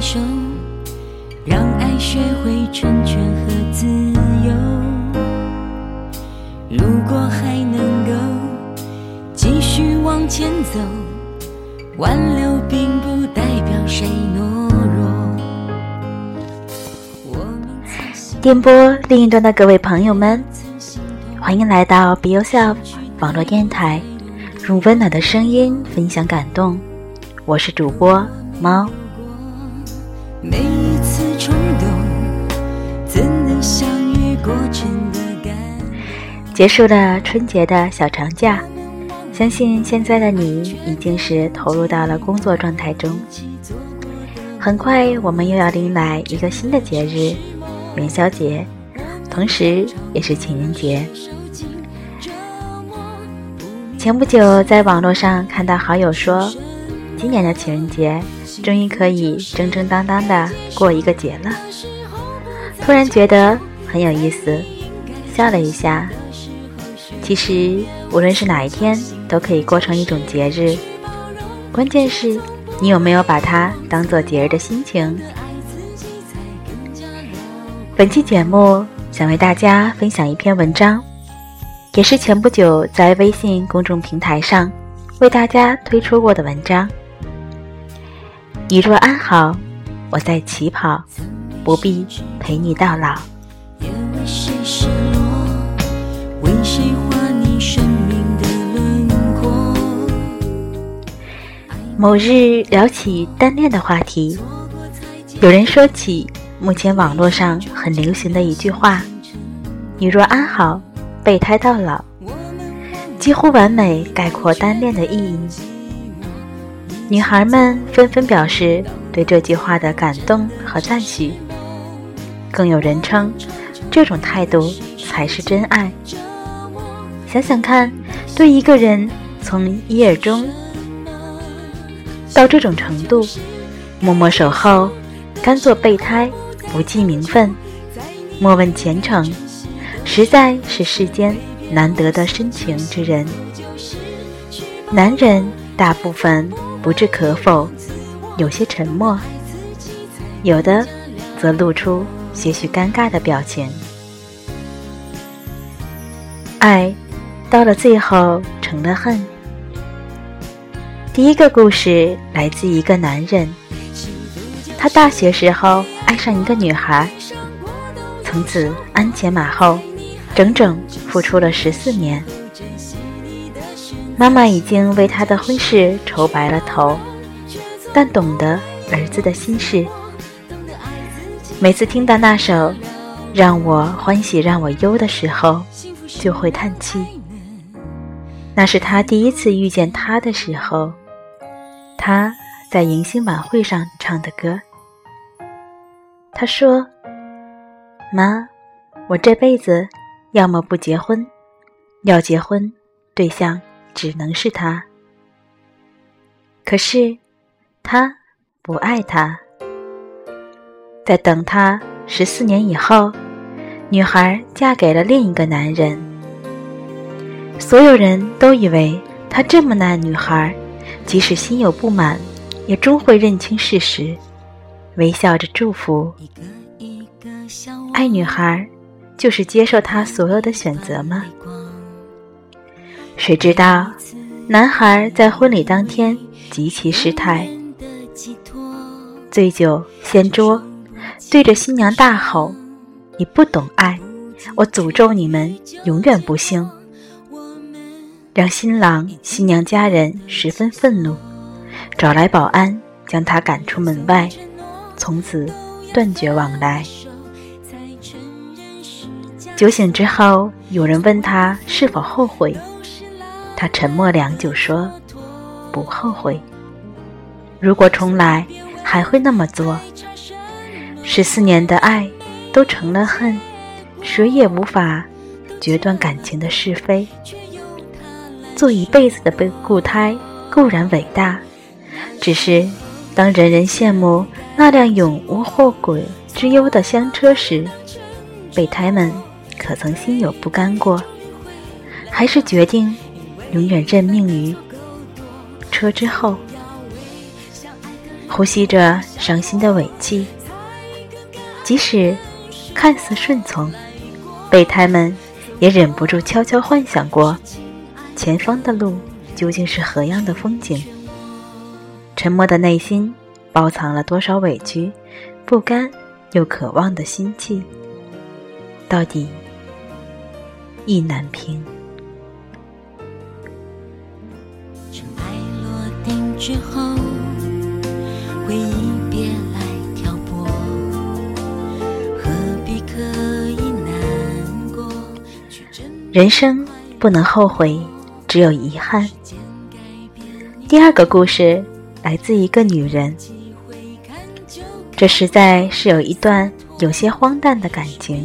手，让爱学会成全和自由。如果还能够继续往前走，挽留并不代表谁懦弱。 电波另一端的各位朋友们，欢迎来到 Be Yourself 网络电台，用温暖的声音分享感动。我是主播猫。 每一次冲动怎能相遇过程的感。 结束了春节的小长假，相信现在的你已经是投入到了工作状态中。很快我们又要迎来一个新的节日，元宵节，同时也是情人节。前不久在网络上看到好友说，今年的情人节终于可以正正当当的过一个节了，突然觉得很有意思，笑了一下。其实无论是哪一天都可以过成一种节日，关键是你有没有把它当作节日的心情。本期节目想为大家分享一篇文章，也是前不久在微信公众平台上为大家推出过的文章。你若安好，我在起跑，不必陪你到老。 也为谁失落，为谁画你生命的轮廓。 某日聊起单恋的话题，有人说起目前网络上很流行的一句话，你若安好，备胎到老，几乎完美概括单恋的意义。女孩们纷纷表示对这句话的感动和赞许，更有人称这种态度才是真爱。想想看，对一个人从一而终到这种程度，默默守候，甘做备胎，不计名分，莫问前程，实在是世间难得的深情之人。男人大部分不置可否，有些沉默，有的则露出些许尴尬的表情。爱到了最后成了恨。第一个故事来自一个男人，他大学时候爱上一个女孩，从此鞍前马后，整整付出了14年。妈妈已经为他的婚事愁白了头，但懂得儿子的心事。每次听到那首让我欢喜让我忧的时候，就会叹气。那是他第一次遇见他的时候，他在迎新晚会上唱的歌。他说，妈，我这辈子要么不结婚，要结婚对象只能是他。可是他不爱他。在等他14年以后，女孩嫁给了另一个男人。所有人都以为她这么难女孩，即使心有不满，也终会认清事实，微笑着祝福。爱女孩就是接受她所有的选择吗？谁知道男孩在婚礼当天极其失态，醉酒掀桌，对着新娘大吼，你不懂爱，我诅咒你们永远不幸。让新郎新娘家人十分愤怒，找来保安将他赶出门外，从此断绝往来。酒醒之后，有人问他是否后悔，他沉默良久说，不后悔。如果重来，还会那么做。14年的爱都成了恨，谁也无法决断感情的是非。做一辈子的固胎固然伟大，只是当人人羡慕那辆永无后悔之忧的香车时，备胎们可曾心有不甘过？还是决定永远认命于车之后？ 呼吸着伤心的尾气。即使看似顺从，备胎们也忍不住悄悄幻想过前方的路究竟是何样的风景。沉默的内心包藏了多少委屈、不甘又渴望的心悸，到底意难平。 尘埃落定之后，回忆别来挑拨，何必刻意难过。 人生不能后悔，只有遗憾。第二个故事来自一个女人，这实在是有一段有些荒诞的感情。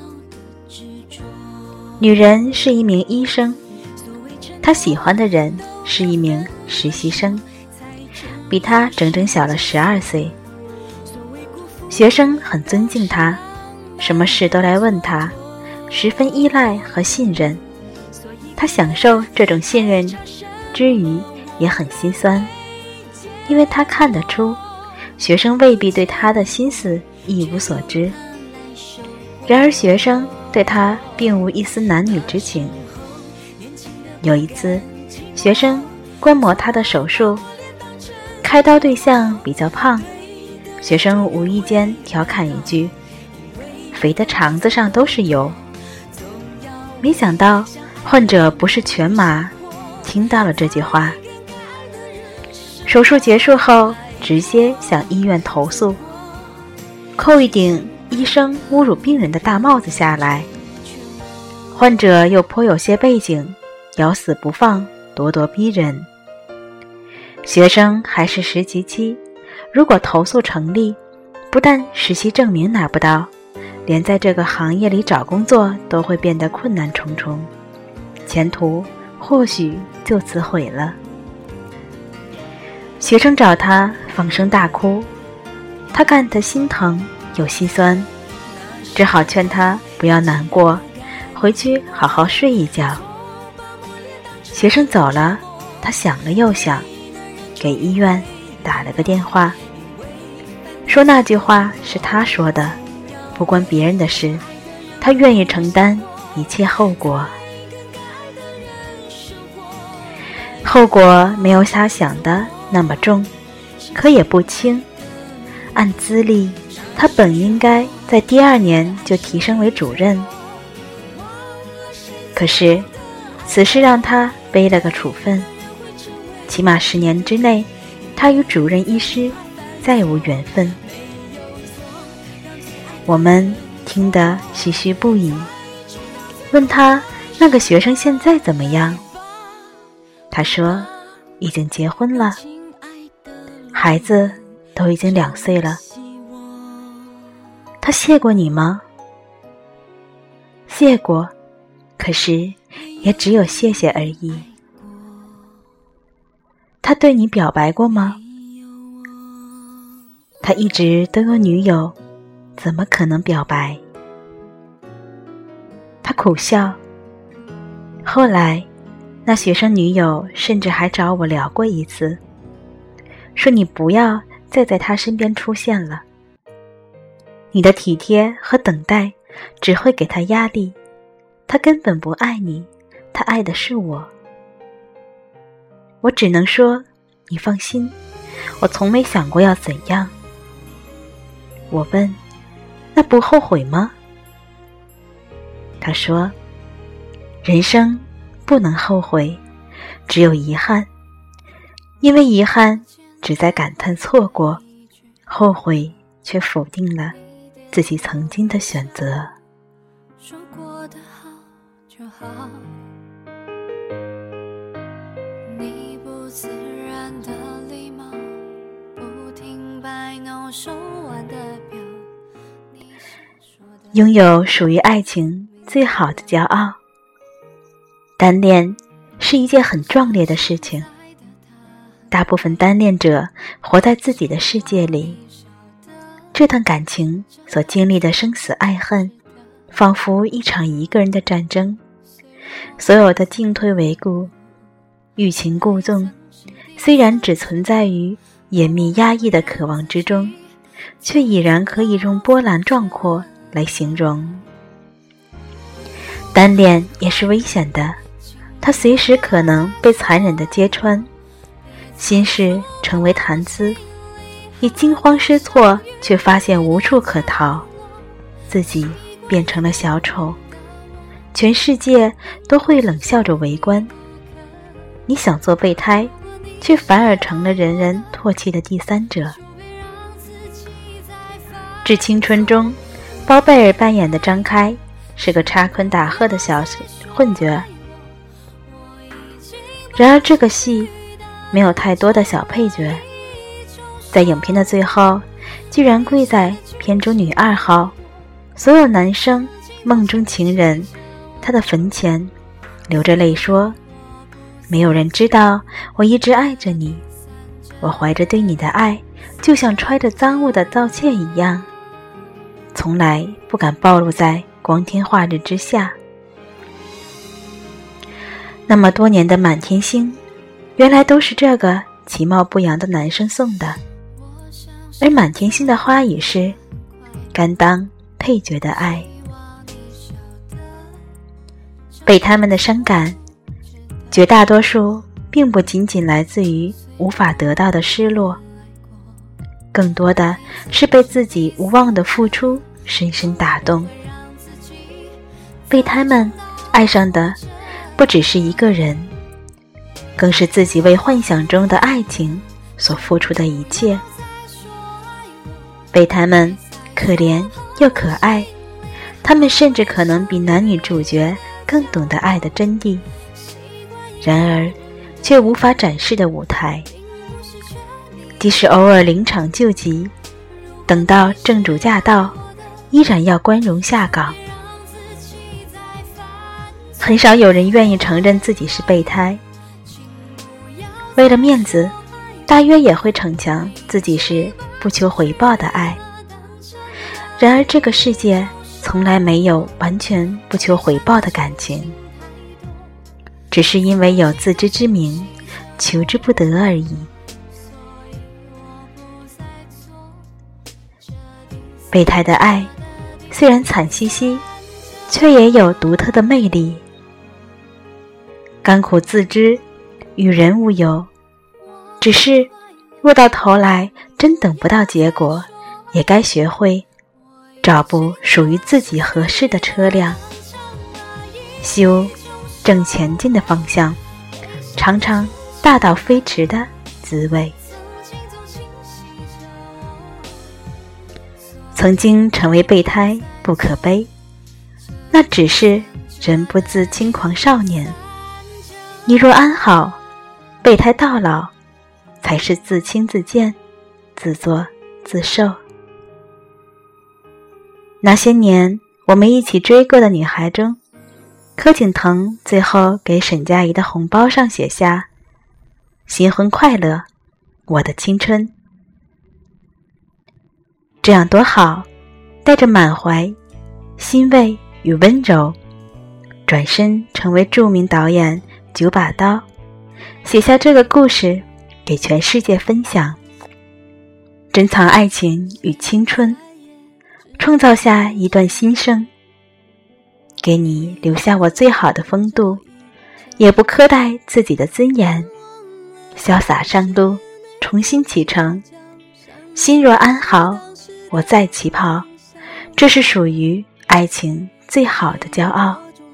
女人是一名医生，她喜欢的人是一名实习生，比她整整小了12岁。学生很尊敬她，什么事都来问她，十分依赖和信任。她享受这种信任之余也很心酸，因为她看得出学生未必对她的心思一无所知。然而学生对她并无一丝男女之情。有一次，学生观摩她的手术，开刀对象比较胖，学生无意间调侃一句：“肥的肠子上都是油。”没想到患者不是全麻，听到了这句话。手术结束后，直接向医院投诉，扣一顶医生侮辱病人的大帽子下来。患者又颇有些背景，咬死不放，咄咄逼人。学生还是实习期，如果投诉成立，不但实习证明拿不到，连在这个行业里找工作都会变得困难重重，前途或许就此毁了。学生找他放声大哭，他看得心疼又心酸，只好劝他不要难过，回去好好睡一觉。学生走了，他想了又想，给医院打了个电话，说那句话是他说的，不关别人的事，他愿意承担一切后果。后果没有他想的那么重，可也不轻。按资历，他本应该在第2年就提升为主任，可是此事让他背了个处分，起码10年之内，他与主任医师再无缘分。我们听得唏嘘不已，问他那个学生现在怎么样？他说已经结婚了，孩子都已经2岁了。他谢过你吗？谢过，可是也只有谢谢而已。他对你表白过吗？他一直都有女友，怎么可能表白？他苦笑。后来那学生女友甚至还找我聊过一次，说你不要再在他身边出现了，你的体贴和等待只会给他压力，他根本不爱你，他爱的是我。我只能说你放心，我从没想过要怎样。我问，那不后悔吗？他说，人生不能后悔，只有遗憾，因为遗憾只在感叹错过，后悔却否定了自己曾经的选择。 说过的好就好，你不自然的礼貌，不停摆弄手腕的表， 拥有属于爱情最好的骄傲。单恋是一件很壮烈的事情，大部分单恋者活在自己的世界里，这段感情所经历的生死爱恨，仿佛一场一个人的战争，所有的进退维谷、欲擒故纵，虽然只存在于隐秘压抑的渴望之中，却已然可以用波澜壮阔来形容。单恋也是危险的，它随时可能被残忍地揭穿，心事成为谈资，你惊慌失措，却发现无处可逃，自己变成了小丑，全世界都会冷笑着围观。你想做备胎，却反而成了人人唾弃的第三者。致青春中，包贝尔扮演的张开是个插科打诨的小混角，然而这个戏没有太多的小配角，在影片的最后居然跪在片中女2号，所有男生梦中情人他的坟前，流着泪说，没有人知道我一直爱着你，我怀着对你的爱，就像揣着赃物的盗窃一样，从来不敢暴露在光天化日之下。那么多年的满天星，原来都是这个其貌不扬的男生送的，而满天星的花语是甘当配角的爱。备胎们的伤感，绝大多数并不仅仅来自于无法得到的失落，更多的是被自己无望的付出深深打动。备胎们爱上的不只是一个人，更是自己为幻想中的爱情所付出的一切。备胎们可怜又可爱，他们甚至可能比男女主角更懂得爱的真谛，然而却无法展示的舞台。即使偶尔临场救急，等到正主驾到，依然要关荣下岗。很少有人愿意承认自己是备胎，为了面子，大约也会逞强自己是不求回报的爱。然而这个世界从来没有完全不求回报的感情，只是因为有自知之明，求之不得而已。备胎的爱虽然惨兮兮，却也有独特的魅力。甘苦自知，与人无尤，只是落到头来真等不到结果，也该学会找部属于自己合适的车辆，修正前进的方向，尝尝大道飞驰的滋味。曾经成为备胎不可悲，那只是人不自轻狂少年。你若安好，备胎到老，才是自轻自贱，自作自受。那些年我们一起追过的女孩中，柯景腾最后给沈佳宜的红包上写下新婚快乐，我的青春。这样多好，带着满怀欣慰与温柔，转身成为著名导演9把刀，写下这个故事给全世界分享，珍藏爱情与青春，创造下一段新生，给你留下我最好的风度，也不苛待自己的尊严，潇洒上路，重新启程。心若安好，我再起跑，这是属于爱情最好的骄傲。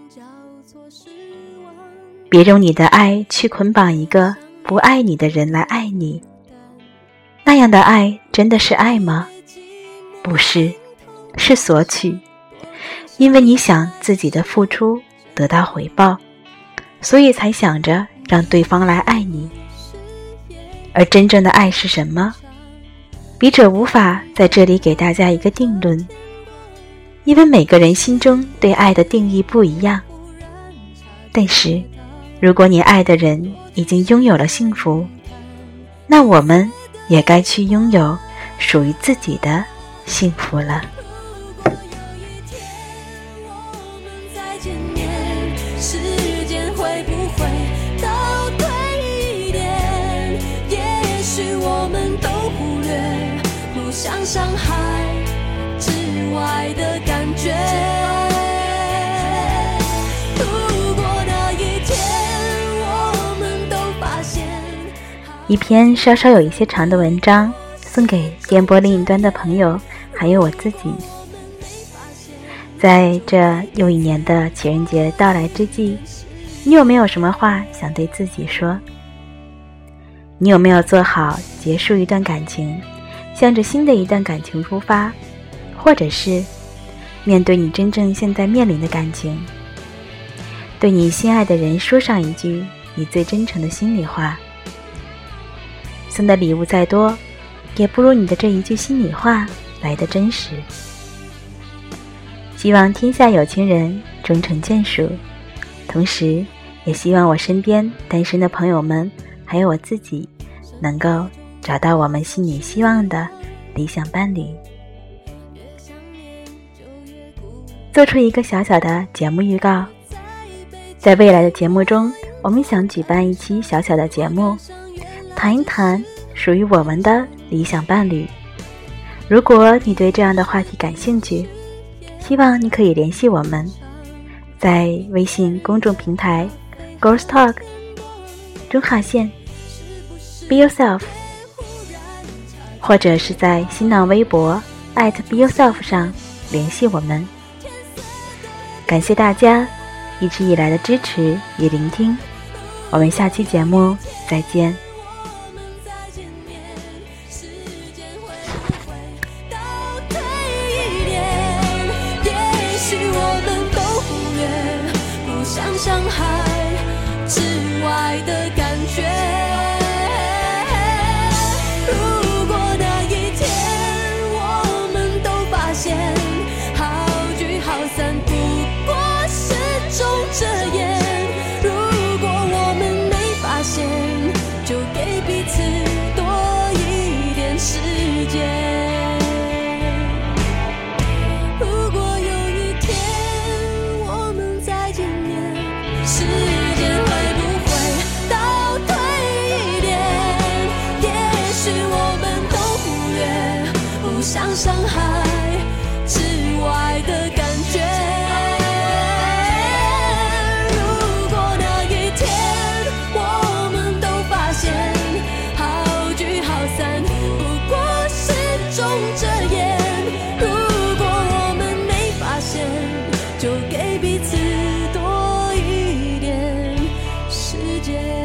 别用你的爱去捆绑一个不爱你的人来爱你，那样的爱真的是爱吗？不是，是索取。因为你想自己的付出得到回报，所以才想着让对方来爱你。而真正的爱是什么？笔者无法在这里给大家一个定论，因为每个人心中对爱的定义不一样。但是如果你爱的人已经拥有了幸福，那我们也该去拥有属于自己的幸福了。 时间会不会倒退一点？也许我们都像上海之外的感觉。如果那一天我们都发现， 一篇稍稍有一些长的文章，送给电波另一端的朋友，还有我自己。在这又一年的情人节到来之际，你有没有什么话想对自己说？你有没有做好结束一段感情，向着新的一段感情出发，或者是面对你真正现在面临的感情，对你心爱的人说上一句你最真诚的心里话？送的礼物再多，也不如你的这一句心里话来得真实。希望天下有情人终成眷属，同时也希望我身边单身的朋友们还有我自己能够找到我们心里希望的理想伴侣。做出一个小小的节目预告，在未来的节目中，我们想举办一期小小的节目，谈一谈属于我们的理想伴侣。如果你对这样的话题感兴趣，希望你可以联系我们，在微信公众平台 Girls Talk 中划线 Be Yourself， 或者是在新浪微博 @BeYourself 上联系我们。感谢大家一直以来的支持与聆听，我们下期节目再见。 像上海之外的感觉。如果那一天我们都发现，好聚好散不过是种遮掩。如果我们没发现，就给彼此多一点时间。时间会不会倒退一点？也许我们都忽略不像上海之外的感觉。如果那一天我们都发现，好聚好散不过是种遮掩。如果我们没发现，就给彼此多一点时间。